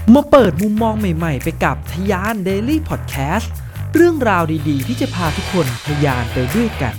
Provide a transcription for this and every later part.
มาเปิดมุมมองใหม่ๆไปกับทะยาน Daily Podcast เรื่องราวดีๆที่จะพาทุกคนทะยานไปด้วยกัน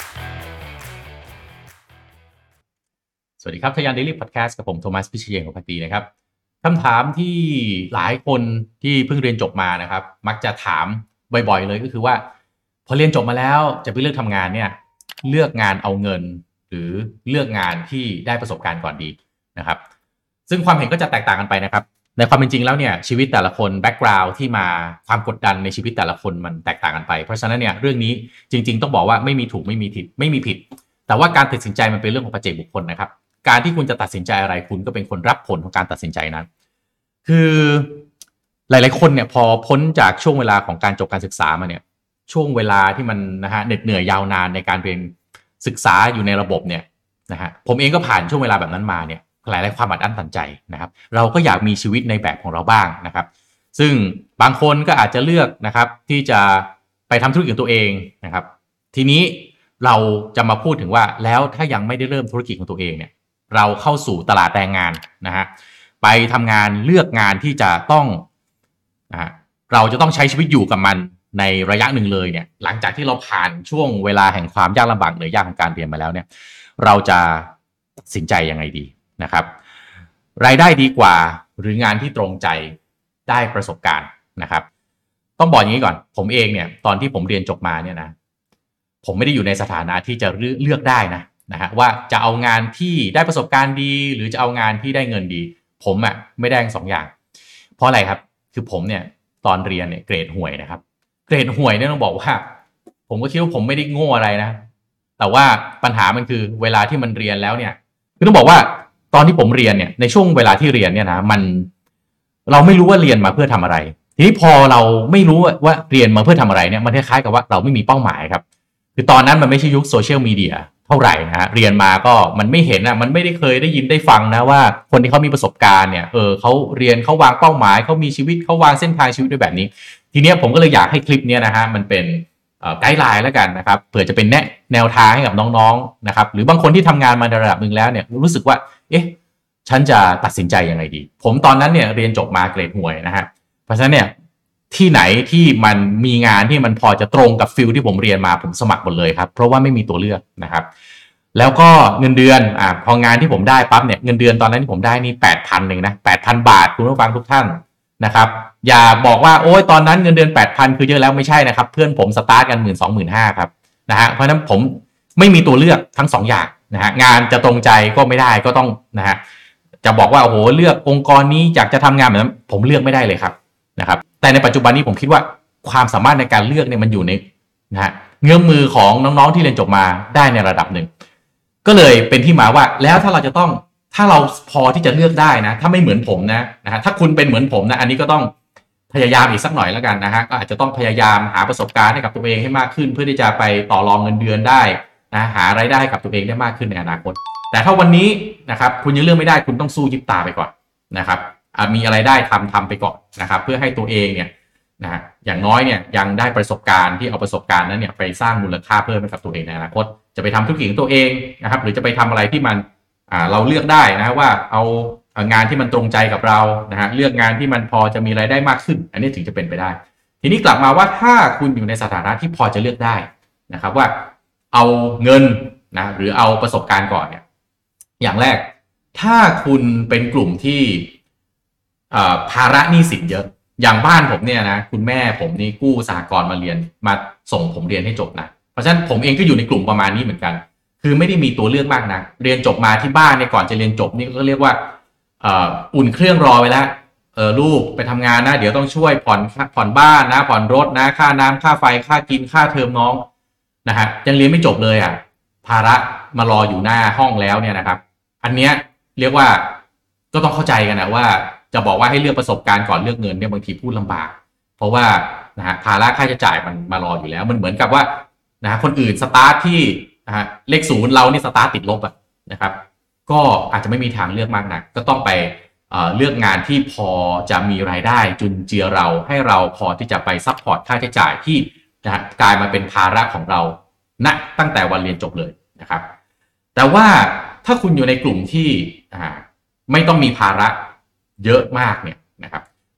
สวัสดีครับทะยาน Daily Podcast กับผมโทมัสพิเชยงของพักดีนะครับคำถามที่หลายคนที่เพิ่งเรียนจบมานะครับมักจะถามบ่อยๆเลยก็คือว่าพอเรียนจบมาแล้วจะไปเลือกทำงานเนี่ยเลือกงานเอาเงินหรือเลือกงานที่ได้ประสบการณ์ก่อนดีนะครับซึ่งความเห็นก็จะแตกต่างกันไปนะครับในความเป็นจริงแล้วเนี่ยชีวิตแต่ละคนแบ็กกราวด์ที่มาความกดดันในชีวิตแต่ละคนมันแตกต่างกันไปเพราะฉะนั้นเนี่ยเรื่องนี้จริงๆต้องบอกว่าไม่มีถูกไม่มีผิดแต่ว่าการตัดสินใจมันเป็นเรื่องของปัจเจกบุคคลนะครับการที่คุณจะตัดสินใจอะไรคุณก็เป็นคนรับผลของการตัดสินใจนั้นคือหลายๆคนเนี่ยพอพ้นจากช่วงเวลาของการจบการศึกษามาเนี่ยช่วงเวลาที่มันนะฮะเหน็ดเหนื่อยยาวนานในการเรียนศึกษาอยู่ในระบบเนี่ยนะฮะผมเองก็ผ่านช่วงเวลาแบบนั้นมาเนี่ยหลายๆความอัดอั้นตันใจนะครับเราก็อยากมีชีวิตในแบบของเราบ้างนะครับซึ่งบางคนก็อาจจะเลือกนะครับที่จะไปทำธุรกิจของตัวเองนะครับทีนี้เราจะมาพูดถึงว่าแล้วถ้ายังไม่ได้เริ่มธุรกิจของตัวเองเนี่ยเราเข้าสู่ตลาดแรงงานนะฮะไปทำงานเลือกงานที่จะต้องนะฮะเราจะต้องใช้ชีวิตอยู่กับมันในระยะหนึ่งเลยเนี่ยหลังจากที่เราผ่านช่วงเวลาแห่งความยากลำบากเหนื่อยยากของการเรียนมาแล้วเนี่ยเราจะตัดสินใจยังไงดีนะครับรายได้ดีกว่าหรืองานที่ตรงใจได้ประสบการณ์นะครับต้องบอกอย่างนี้ก่อนผมเองเนี่ยตอนที่ผมเรียนจบมาเนี่ยนะผมไม่ได้อยู่ในสถานะที่จะเลือกได้นะฮะว่าจะเอางานที่ได้ประสบการณ์ดีหรือจะเอางานที่ได้เงินดีผมอ่ะไม่ได้ทั้งสองอย่างเพราะอะไรครับคือผมเนี่ยตอนเรียนเนี่ยเกรดห่วยนะครับเกรดห่วยเนี่ยต้องบอกว่าผมก็คิดว่าผมไม่ได้โง่อะไรนะแต่ว่าปัญหามันคือเวลาที่มันเรียนแล้วเนี่ยคือต้องบอกว่าตอนที่ผมเรียนเนี่ยในช่วงเวลาที่เรียนเนี่ยนะเราไม่รู้ว่าเรียนมาเพื่อทำอะไรทีนี้พอเราไม่รู้ว่าเรียนมาเพื่อทำอะไรเนี่ยมันคล้ายๆกับว่าเราไม่มีเป้าหมายครับคือตอนนั้นมันไม่ใช่ยุคโซเชียลมีเดียเท่าไหร่นะฮะเรียนมาก็มันไม่เห็นมันไม่ได้เคยได้ยินได้ฟังนะว่าคนที่เขามีประสบการณ์เนี่ยเขาเรียนเขาวางเป้าหมายเขามีชีวิตเขาวางเส้นทางชีวิตด้วยแบบนี้ทีนี้ผมก็เลยอยากให้คลิปนี้นะฮะมันเป็นไกด์ไลน์แล้วกันนะครับเผื่อจะเป็นแนวทางให้กับน้องๆนะครับหรือบางคนที่ทำงานมาในระดับหนึ่งแล้วเนี่ยรู้สึกว่าฉันจะตัดสินใจยังไงดีผมตอนนั้นเนี่ยเรียนจบมาเกรดห่วยนะฮะเพราะฉะนั้นเนี่ยที่ไหนที่มันมีงานที่มันพอจะตรงกับฟิลที่ผมเรียนมาผมสมัครหมดเลยครับเพราะว่าไม่มีตัวเลือกนะครับแล้วก็เงินเดือนพองานที่ผมได้ปั๊บเนี่ยเงินเดือนตอนนั้นที่ผมได้นี่ 8,000 เองนะ 8,000 บาทคุณผู้ฟังทุกท่านนะครับอย่าบอกว่าโอ้ยตอนนั้นเงินเดือน 8,000 คือเยอะแล้วไม่ใช่นะครับเพื่อนผมสตาร์ทกัน 12,000-15,000 ครับนะฮะเพราะฉะนั้นผมไม่มีตัวเลือกทั้ง2อย่างนะฮะงานจะตรงใจก็ไม่ได้ก็ต้องนะฮะจะบอกว่าโอ้โหเลือกองค์กรนี้อยากจะทำงานแบบนั้นผมเลือกไม่ได้เลยครับนะครับแต่ในปัจจุบันนี้ผมคิดว่าความสามารถในการเลือกเนี่ยมันอยู่ในนะฮะเงื้อมมือของน้องๆที่เรียนจบมาได้ในระดับหนึ่งก็เลยเป็นที่มาว่าแล้วถ้าเราพอที่จะเลือกได้นะถ้าไม่เหมือนผมนะฮะถ้าคุณเป็นเหมือนผมนะอันนี้ก็ต้องพยายามอีกสักหน่อยแล้วกันนะฮะก็อาจจะต้องพยายามหาประสบการณ์ให้กับตัวเองให้มากขึ้นเพื่อที่จะไปต่อรองเงินเดือนได้นะหารายได้ให้กับตัวเองได้มากขึ้นในอนาคตแต่ถ้าวันนี้นะครับคุณยังเลือกไม่ได้คุณต้องสู้ยิบตาไปก่อนนะครับมีอะไรได้ทำไปก่อนนะครับเพื่อให้ตัวเองเนี่ยนะฮะอย่างน้อยเนี่ยยังได้ประสบการณ์ที่เอาประสบการณ์นั้นเนี่ยไปสร้างมูลค่าเพิ่มให้กับตัวเองในอนาคตจะไปทำธุรกิจของตัวเองนะครับหรือจะไปทำอะไรที่มันเราเลือกได้นะว่าเอางานที่มันตรงใจกับเรานะฮะเลือกงานที่มันพอจะมีรายได้มากขึ้นอันนี้ถึงจะเป็นไปได้ทีนี้กลับมาว่าถ้าคุณอยู่ในสถานะที่พอจะเลือกได้นะครับว่าเอาเงินนะหรือเอาประสบการณ์ก่อนเนี่ยอย่างแรกถ้าคุณเป็นกลุ่มที่ภาระหนี้สินเยอะอย่างบ้านผมเนี่ยนะคุณแม่ผมนี่กู้สหกรณ์มาเรียนมาส่งผมเรียนให้จบนะเพราะฉะนั้นผมเองก็อยู่ในกลุ่มประมาณนี้เหมือนกันคือไม่ได้มีตัวเลือกมากนะเรียนจบมาที่บ้านเนี่ยก่อนจะเรียนจบนี่ก็เรียกว่าอุ่นเครื่องรอไว้แล้วลูกไปทำงานนะเดี๋ยวต้องช่วยผ่อนบ้านนะผ่อนรถนะค่าน้ำค่าไฟค่ากินค่าเทอมน้องนะฮะยังเรียนไม่จบเลยภาระมารออยู่หน้าห้องแล้วเนี่ยนะครับอันเนี้ยเรียกว่าก็ต้องเข้าใจกันนะว่าจะบอกว่าให้เลือกประสบการณ์ก่อนเลือกเงินเนี่ยบางทีพูดลำบากเพราะว่านะฮะภาระค่าใช้จ่ายมันมารออยู่แล้วมันเหมือนกับว่านะฮะคนอื่นสตาร์ทที่นะฮะเลข0เรานี่สตาร์ทติดลบนะครับก็อาจจะไม่มีทางเลือกมากนักก็ต้องไปเลือกงานที่พอจะมีรายได้จุนเจือเราให้เราพอที่จะไปซัพพอร์ตค่าใช้จ่ายที่นะฮะกลายมาเป็นภาระของเราตั้งแต่วันเรียนจบเลยนะครับแต่ว่าถ้าคุณอยู่ในกลุ่มที่ไม่ต้องมีภาระเยอะมากเนี่ยนะครับ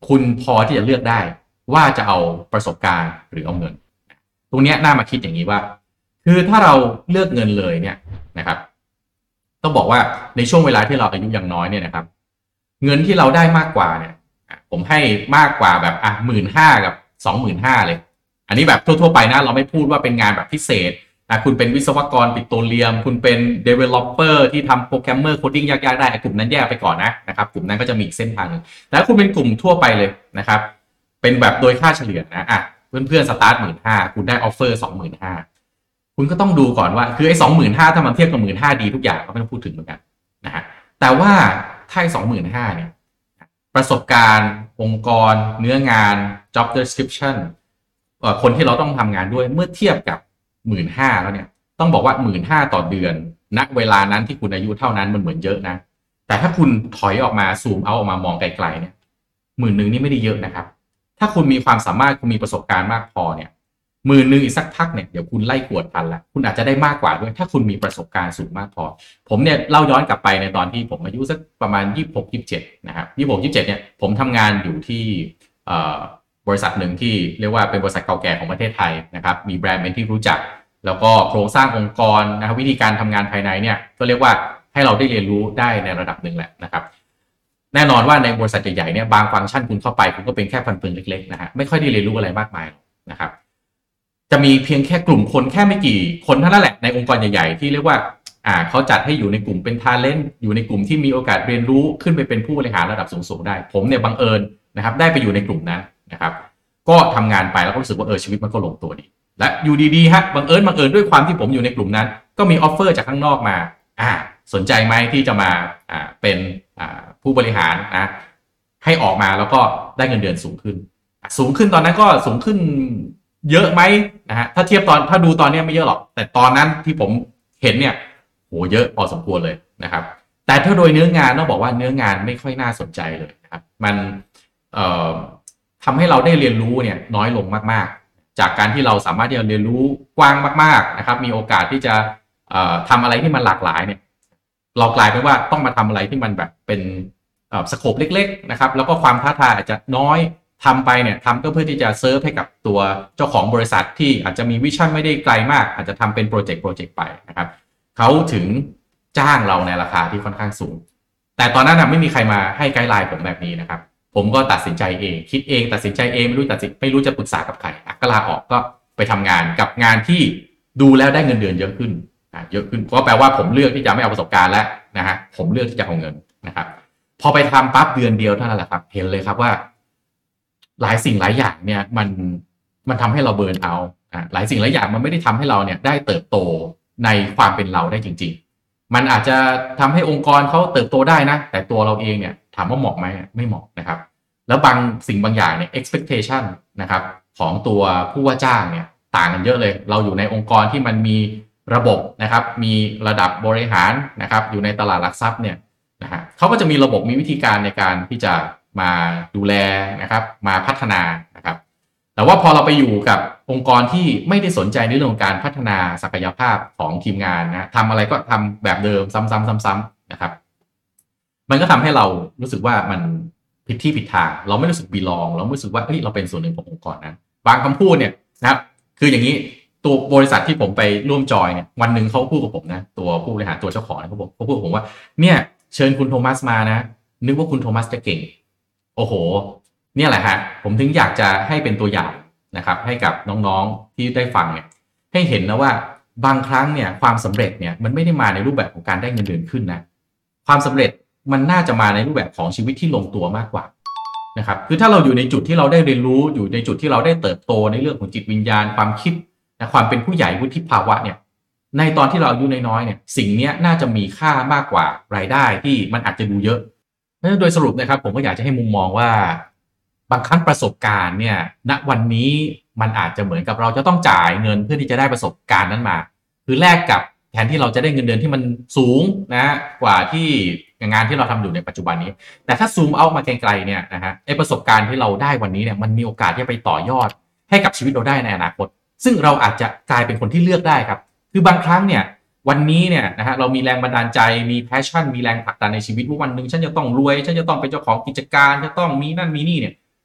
คุณพอที่จะเลือกได้ว่าจะเอาประสบการณ์หรือเอาเงินตรงนี้น่ามาคิดอย่างนี้ว่าคือถ้าเราเลือกเงินเลยเนี่ยนะครับต้องบอกว่าในช่วงเวลาที่เราอายุยังน้อยเนี่ยนะครับเงินที่เราได้มากกว่าเนี่ยผมให้มากกว่าแบบ15,000กับ25,000เลยอันนี้แบบทั่วๆไปนะเราไม่พูดว่าเป็นงานแบบพิเศษคุณเป็นวิศวกรปิโตรเลียมคุณเป็น developer ที่ทำโปรแกรมเมอร์โคดดิ้งยากๆได้กลุ่มนั้นแยกไปก่อนนะครับกลุ่มนั้นก็จะมีอีกเส้นทางนึงแต่ถ้าคุณเป็นกลุ่มทั่วไปเลยนะครับเป็นแบบโดยค่าเฉลี่ยนะเพื่อนๆสตาร์ท15,000คุณได้ออฟเฟอร์25,000คุณก็ต้องดูก่อนว่าคือไอ้25,000ถ้ามันเทียบกับ15,000ดีทุกอย่างก็ไม่ต้องพูดถึงเหมือนกันนะฮะแต่ว่าถ้า25,000เนี่ยประสบการณ์องค์กรเนื้องาน job description คนที่เราต้องทำงานด้วยเมื่อเทียบกับ15,000แล้วเนี่ยต้องบอกว่า15,000ต่อเดือนณเวลานั้นที่คุณอายุเท่านั้นมันเหมือนเยอะนะแต่ถ้าคุณถอยออกมาซูมเอาออกมามองไกลๆเนี่ย10,000นี่ไม่ได้เยอะนะครับถ้าคุณมีความสามารถคุณมีประสบการณ์มากพอเนี่ย10,000อีกสักพักเนี่ยเดี๋ยวคุณไล่กวดทันละคุณอาจจะได้มากกว่าด้วยถ้าคุณมีประสบการณ์สูงมากพอผมเนี่ยเล่าย้อนกลับไปในตอนที่ผมอายุสักประมาณ26-27นะครับ26-27เนี่ยผมทำงานอยู่ที่บริษัทหนึ่งที่เรียกว่าเป็นบริษัทเก่าแก่ของประเทศไทยนะครับมีแบรนด์เป็นที่รู้จักแล้วก็โครงสร้างองค์กรนะครับวิธีการทำงานภายในเนี่ยก็เรียกว่าให้เราได้เรียนรู้ได้ในระดับหนึ่งแหละนะครับแน่นอนว่าในบริษัทใหญ่ๆเนี่ยบางฟังก์ชันคุณเข้าไปคุณก็เป็นแค่ฟันเฟืองเล็กๆนะฮะไม่ค่อยได้เรียนรู้อะไรมากมายนะครับจะมีเพียงแค่กลุ่มคนแค่ไม่กี่คนเท่านั้นแหละในองค์กรใหญ่ๆที่เรียกว่าเขาจัดให้อยู่ในกลุ่มเป็น talent อยู่ในกลุ่มที่มีโอกาสเรียนรู้ขึ้นไปเป็นผู้บริหารระดับสูงๆได้ผมเนี่ยบังเอิญนะครับได้ไปอยู่ในกลุ่มนั้นนะครับก็ทำงานไปแล้วก็รู้สึกว่าชีวิตมันก็ลงตัวดีและอยู่ดีๆฮะบังเอิญด้วยความที่ผมอยู่ในกลุ่มนั้นก็มีออฟเฟอร์จากข้างนอกมาสนใจไหมที่จะมาเป็นผู้บริหารนะให้ออกมาแล้วก็ได้เงินเดือนสูงขึ้นตอนนั้นก็สูงขึ้นเยอะไหมนะฮะถ้าดูตอนนี้ไม่เยอะหรอกแต่ตอนนั้นที่ผมเห็นเนี่ยโหเยอะพอสมควรเลยนะครับแต่ถ้าโดยเนื้องานต้องบอกว่าเนื้องานไม่ค่อยน่าสนใจเลยนะครับมันทำให้เราได้เรียนรู้เนี่ยน้อยลงมากๆจากการที่เราสามารถที่จะเรียนรู้กว้างมากๆนะครับมีโอกาสที่จะทำอะไรที่มันหลากหลายเนี่ยเรากลายเป็นว่าต้องมาทำอะไรที่มันแบบเป็นสโคปเล็กๆนะครับแล้วก็ความท้าทายอาจจะน้อยทำไปเนี่ยทำก็เพื่อที่จะเซิร์ฟให้กับตัวเจ้าของบริษัทที่อาจจะมีวิชั่นไม่ได้ไกลมากอาจจะทำเป็นโปรเจกต์ไปนะครับเขาถึงจ้างเราในราคาที่ค่อนข้างสูงแต่ตอนนั้นไม่มีใครมาให้ไกด์ไลน์ผมแบบนี้นะครับผมก็ตัดสินใจเองคิดเองตัดสินใจเองไม่รู้จะปรึกษากับใครก็ลาออกก็ไปทำงานกับงานที่ดูแล้วได้เงินเดือนเยอะขึ้นก็แปลว่าผมเลือกที่จะไม่เอาประสบการณ์แล้วนะฮะผมเลือกที่จะเอาเงินนะครับพอไปทำปั๊บเดือนเดียวเท่านั้นแหละครับเห็นเลยครับว่าหลายสิ่งหลายอย่างเนี่ยมันทำให้เราเบิร์นเอาหลายสิ่งหลายอย่างมันไม่ได้ทำให้เราเนี่ยได้เติบโตในความเป็นเราได้จริงๆมันอาจจะทำให้องค์กรเขาเติบโตได้นะแต่ตัวเราเองเนี่ยถามว่าเหมาะไหมไม่เหมาะนะครับแล้วบางสิ่งบางอย่างเนี่ย expectation นะครับของตัวผู้ว่าจ้างเนี่ยต่างกันเยอะเลยเราอยู่ในองค์กรที่มันมีระบบนะครับมีระดับบริหารนะครับอยู่ในตลาดหลักทรัพย์เนี่ยนะฮะเขาก็จะมีระบบมีวิธีการในการที่จะมาดูแลนะครับมาพัฒนานะครับแต่ว่าพอเราไปอยู่กับองค์กรที่ไม่ได้สนใจในเรื่องของการพัฒนาศักยภาพของทีมงานนะทำอะไรก็ทำแบบเดิมซ้ำๆนะครับมันก็ทำให้เรารู้สึกว่ามันผิดที่ผิดทางเราไม่รู้สึกบีลองเราไม่รู้สึกว่าเราเป็นส่วนหนึ่งขององค์กรนั้นบางคำพูดเนี่ยนะครับคืออย่างนี้ตัวบริษัทที่ผมไปร่วมจอยเนี่ยวันหนึ่งเขาพูดกับผมนะตัวผู้บริหารตัวเจ้าของเขาพูดกับผมว่าเนี่ยเชิญคุณโทมัสมานะนึกว่าคุณโทมัสจะเก่งโอ้โหเนี่ยแหละฮะผมถึงอยากจะให้เป็นตัวอย่างนะครับให้กับน้องๆที่ได้ฟังเนี่ยให้เห็นนะว่าบางครั้งเนี่ยความสำเร็จเนี่ยมันไม่ได้มาในรูปแบบของการได้เงินเดือนขึ้นนะความสำเร็จมันน่าจะมาในรูปแบบของชีวิตที่ลงตัวมากกว่านะครับคือถ้าเราอยู่ในจุดที่เราได้เรียนรู้อยู่ในจุดที่เราได้เติบโตในเรื่องของจิตวิญญาณความคิดนะความเป็นผู้ใหญ่วุฒิภาวะเนี่ยในตอนที่เราอายุน้อยๆเนี่ยสิ่งนี้น่าจะมีค่ามากกว่ารายได้ที่มันอาจจะดูเยอะเพราะฉะนั้นโดยสรุปนะครับผมก็อยากจะให้มุมมองว่าบางครั้งประสบการณ์เนี่ยณวันนี้มันอาจจะเหมือนกับเราจะต้องจ่ายเงินเพื่อที่จะได้ประสบการณ์นั้นมาคือแลกกับแทนที่เราจะได้เงินเดือนที่มันสูงนะกว่าที่งานที่เราทำอยู่ในปัจจุบันนี้แต่ถ้าซูมเอามาไกลๆเนี่ยนะฮะไอประสบการณ์ที่เราได้วันนี้เนี่ยมันมีโอกาสที่จะไปต่อยอดให้กับชีวิตเราได้ในอนาคตซึ่งเราอาจจะกลายเป็นคนที่เลือกได้ครับคือบางครั้งเนี่ยวันนี้เนี่ยนะฮะเรามีแรงบันดาลใจมีแพชชั่นมีแรงผลักดันในชีวิตว่าวันหนึ่งฉันจะต้องรวยฉันจะต้องเป็นเจ้าของกิจการจะต้องมีนั่นมีนี่เนี่ย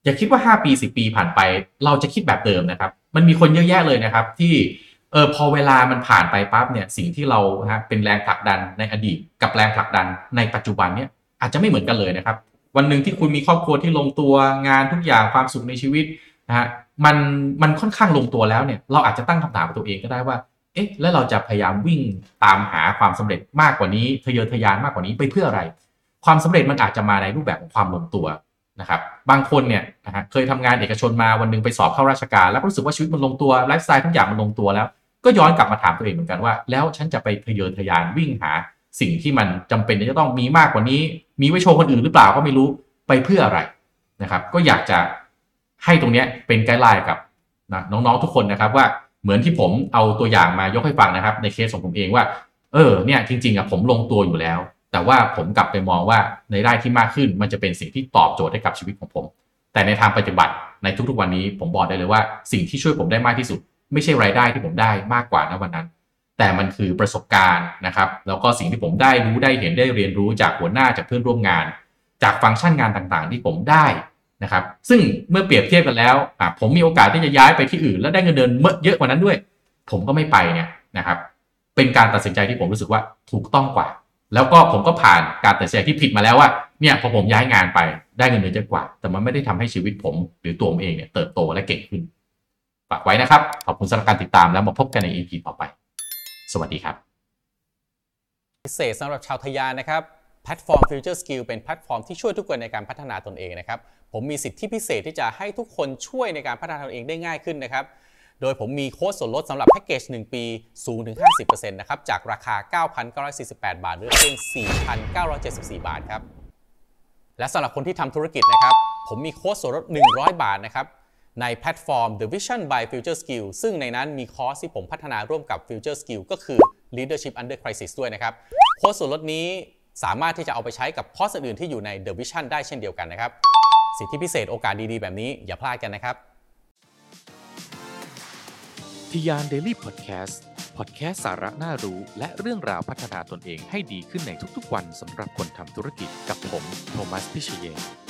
อย่าคิดว่า5ปี10ปีผ่านไปเราจะคิดแบบเดิมนะครับมันมีคนเยอะแยะเลยนะครับที่พอเวลามันผ่านไปปั๊บเนี่ยสิ่งที่เราเป็นแรงผลักดันในอดีตกับแรงผลักดันในปัจจุบันเนี่ยอาจจะไม่เหมือนกันเลยนะครับวันหนึ่งที่คุณมีครอบครัวที่ลงตัวงานทุกอย่างความสุขในชีวิตนะฮะมันค่อนข้างลงตัวแล้วเนี่ยเราอาจจะตั้งคำถามกับตัวเองก็ได้ว่าเอ๊ะแล้วเราจะพยายามวิ่งตามหาความสำเร็จมากกว่านี้ทะเยอทะยานมากกว่านี้ไปเพื่ออะไรความสำเร็จมันอาจจะมาในรูปแบบของความลงตัวนะครับบางคนเนี่ยนะฮะเคยทำงานเอกชนมาวันนึงไปสอบเข้าราชการแล้วรู้สึกว่าชีวิตมันลงตัวไลฟ์สไตล์ทุกอย่างมันลงตัวแล้วก็ย้อนกลับมาถามตัวเองเหมือนกันว่าแล้วฉันจะไปทะเยอทะยานวิ่งหาสิ่งที่มันจำเป็นจะต้องมีมากกว่านี้มีไว้โชว์คนอื่นหรือเปล่าก็ไม่รู้ไปเพื่ออะไรนะครับก็อยากจะให้ตรงนี้เป็นไกด์ไลน์กับน้องๆทุกคนนะครับว่าเหมือนที่ผมเอาตัวอย่างมายกให้ฟังนะครับในเคสของผมเองว่าเนี่ยจริงๆผมลงตัวอยู่แล้วแต่ว่าผมกลับไปมองว่าในรายได้ที่มากขึ้นมันจะเป็นสิ่งที่ตอบโจทย์ให้กับชีวิตของผมแต่ในทางปฏิบัติในทุกๆวันนี้ผมบอกได้เลยว่าสิ่งที่ช่วยผมได้มากที่สุดไม่ใช่รายได้ที่ผมได้มากกว่าณวันนั้นแต่มันคือประสบการณ์นะครับแล้วก็สิ่งที่ผมได้รู้ได้เห็นได้เรียนรู้จากหัวหน้าจากเพื่อนร่วมงานจากฟังก์ชันงานต่างๆที่ผมได้นะครับซึ่งเมื่อเปรียบเทียบกันแล้วผมมีโอกาสที่จะย้ายไปที่อื่นและได้เงินเดือนเยอะกว่านั้นด้วยผมก็ไม่ไปเนี่ยนะครับเป็นการตัดสินใจที่ผมรู้สึกว่าถูกต้องกว่าแล้วก็ผมก็ผ่านการตัดสินใจที่ผิดมาแล้วว่าเนี่ยพอผมย้ายงานไปได้เงินเดือนเยอะกว่าแต่มันไม่ได้ทำให้ชีวิตผมหรือตัวผมเองเนี่ยเติบโตและเก่งขึ้นฝากไว้นะครับขอบคุณสำหรับการติดตามแล้วมาพบกันใน EP ต่อไปสวัสดีครับพิเศษสำหรับชาวทยานนะครับแพลตฟอร์ม Future Skill เป็นแพลตฟอร์มที่ช่วยทุกคนในการพัฒนาตนเองนะครับผมมีสิทธิพิเศษที่จะให้ทุกคนช่วยในการพัฒนาตนเองได้ง่ายขึ้นนะครับโดยผมมีโค้ดส่วนลดสำหรับแพ็กเกจ1ปีสูงถึง 50% นะครับจากราคา 9,948 บาทหรือเพียง 4,974 บาทครับและสำหรับคนที่ทำธุรกิจนะครับผมมีโค้ดส่วนลด100 บาทนะครับในแพลตฟอร์ม The Vision by Future Skill ซึ่งในนั้นมีคอร์สที่ผมพัฒนาร่วมกับ Future Skill ก็คือ Leadership Under Crisis ด้วยนะครับโค้ดส่วนลดนี้สามารถที่จะเอาไปใช้กับคอร์สอื่นๆที่อยู่ใน The Vision ได้เช่นเดียวกันนะครับสิทธิพิเศษโอกาสดีๆแบบนี้อย่าพลาดกันนะครับทยาน Daily Podcast สาระน่ารู้และเรื่องราวพัฒนาตนเองให้ดีขึ้นในทุกๆวันสำหรับคนทำธุรกิจกับผมโทมัสพิเชยน